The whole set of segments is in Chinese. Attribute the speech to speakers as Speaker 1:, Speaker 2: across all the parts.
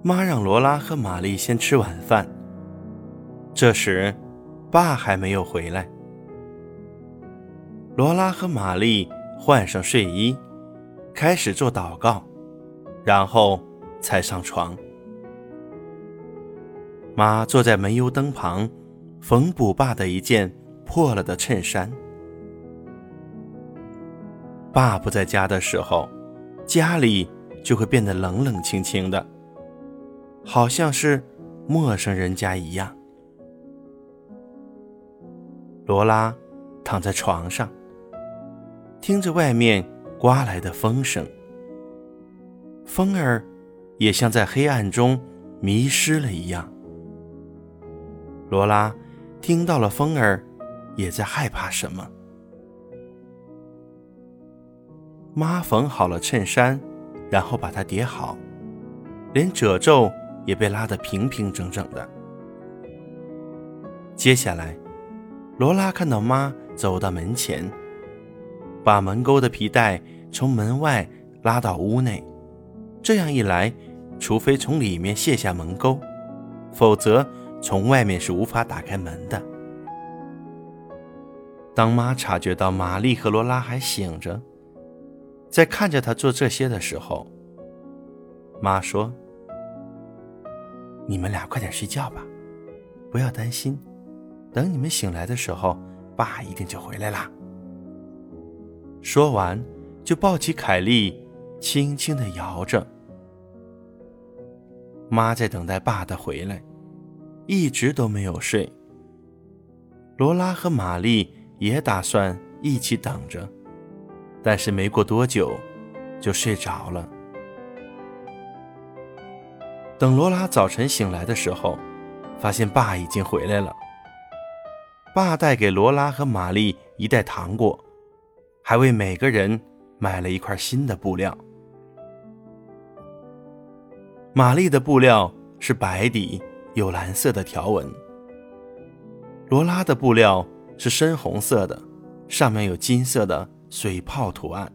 Speaker 1: 妈让罗拉和玛丽先吃晚饭，这时爸还没有回来。罗拉和玛丽换上睡衣，开始做祷告，然后才上床。妈坐在煤油灯旁，缝补爸的一件破了的衬衫。爸不在家的时候，家里就会变得冷冷清清的，好像是陌生人家一样。罗拉躺在床上，听着外面刮来的风声，风儿也像在黑暗中迷失了一样。罗拉听到了风儿也在害怕什么。妈缝好了衬衫，然后把它叠好，连褶皱也被拉得平平整整的。接下来，罗拉看到妈走到门前，把门钩的皮带从门外拉到屋内，这样一来，除非从里面卸下门钩，否则从外面是无法打开门的。当妈察觉到玛丽和罗拉还醒着，在看着她做这些的时候，妈说：“你们俩快点睡觉吧，不要担心，等你们醒来的时候，爸一定就回来啦。”说完就抱起凯莉，轻轻地摇着。妈在等待爸的回来，一直都没有睡。罗拉和玛丽也打算一起等着，但是没过多久就睡着了。等罗拉早晨醒来的时候，发现爸已经回来了。爸带给罗拉和玛丽一袋糖果，还为每个人买了一块新的布料。玛丽的布料是白底有蓝色的条纹，罗拉的布料是深红色的，上面有金色的水泡图案。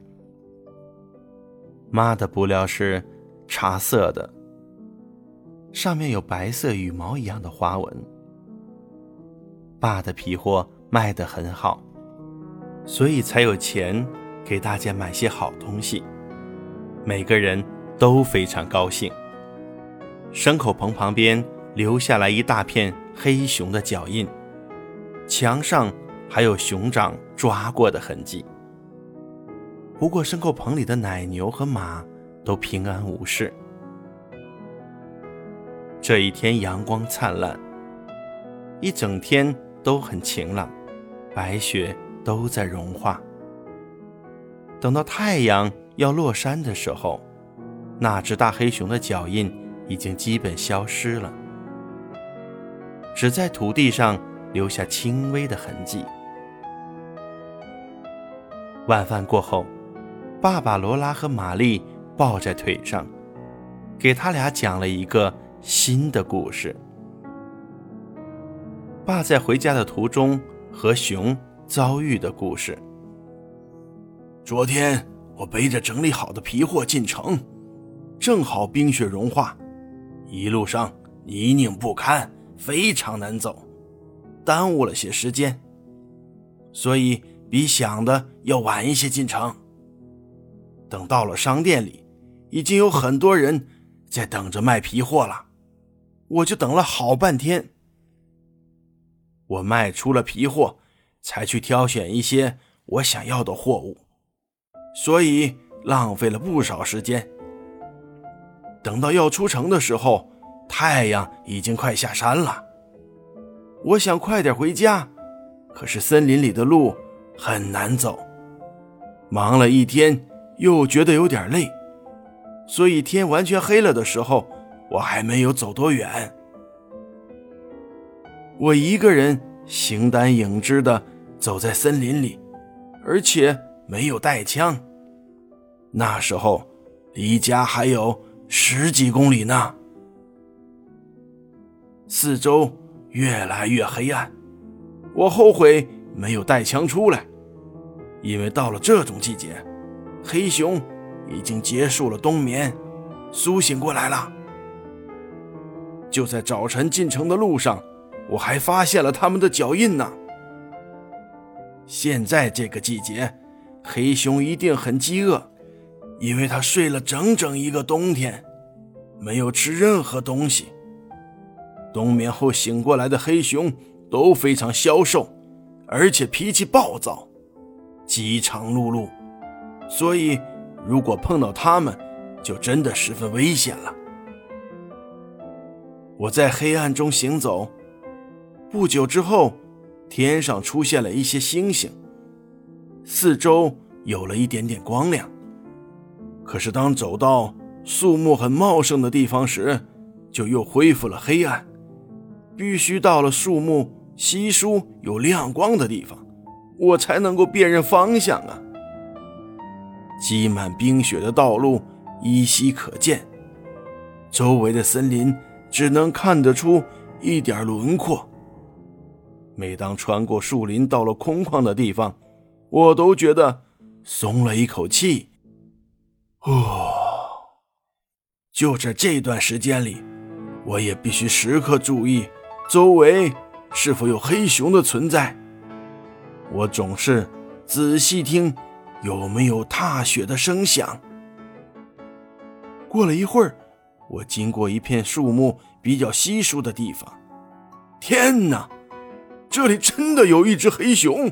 Speaker 1: 妈的布料是茶色的，上面有白色羽毛一样的花纹。爸的皮货卖得很好，所以才有钱给大家买些好东西，每个人都非常高兴。牲口棚旁边留下来一大片黑熊的脚印，墙上还有熊掌抓过的痕迹。不过牲口棚里的奶牛和马都平安无事。这一天阳光灿烂，一整天都很晴朗，白雪都在融化。等到太阳要落山的时候，那只大黑熊的脚印已经基本消失了，只在土地上留下轻微的痕迹。晚饭过后，爸把罗拉和玛丽抱在腿上，给他俩讲了一个新的故事。爸在回家的途中和熊遭遇的故事。
Speaker 2: 昨天我背着整理好的皮货进城，正好冰雪融化，一路上泥泞不堪，非常难走，耽误了些时间，所以比想的要晚一些进城。等到了商店里，已经有很多人在等着卖皮货了，我就等了好半天。我卖出了皮货，才去挑选一些我想要的货物，所以浪费了不少时间。等到要出城的时候，太阳已经快下山了。我想快点回家，可是森林里的路很难走，忙了一天又觉得有点累，所以天完全黑了的时候，我还没有走多远。我一个人形单影只地走在森林里，而且没有带枪。那时候离家还有10几公里呢。四周越来越黑暗，我后悔没有带枪出来，因为到了这种季节，黑熊已经结束了冬眠，苏醒过来了。 就在早晨进城的路上，我还发现了他们的脚印呢。现在这个季节，黑熊一定很饥饿，因为它睡了整整一个冬天，没有吃任何东西。冬眠后醒过来的黑熊都非常消瘦，而且脾气暴躁，饥肠辘辘，所以如果碰到它们，就真的十分危险了。我在黑暗中行走，不久之后，天上出现了一些星星，四周有了一点点光亮。可是当走到树木很茂盛的地方时，就又恢复了黑暗，必须到了树木稀疏有亮光的地方，我才能够辨认方向啊。积满冰雪的道路依稀可见，周围的森林只能看得出一点轮廓。每当穿过树林到了空旷的地方，我都觉得松了一口气。就在这段时间里，我也必须时刻注意周围是否有黑熊的存在。我总是仔细听有没有踏雪的声响。过了一会儿，我经过一片树木比较稀疏的地方，天哪，这里真的有一只黑熊！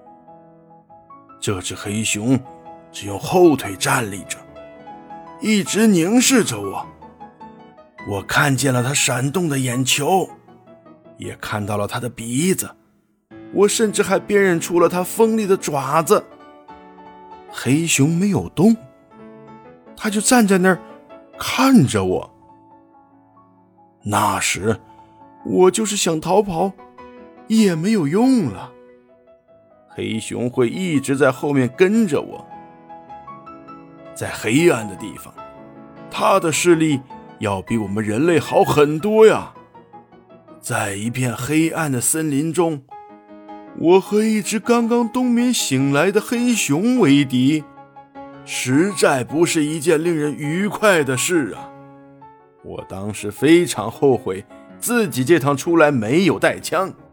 Speaker 2: 这只黑熊只用后腿站立着，一直凝视着我。我看见了它闪动的眼球，也看到了它的鼻子，我甚至还辨认出了它锋利的爪子。黑熊没有动，它就站在那儿看着我。那时我就是想逃跑也没有用了，黑熊会一直在后面跟着我。在黑暗的地方，它的视力要比我们人类好很多呀。在一片黑暗的森林中，我和一只刚刚冬眠醒来的黑熊为敌，实在不是一件令人愉快的事啊。我当时非常后悔自己这趟出来没有带枪。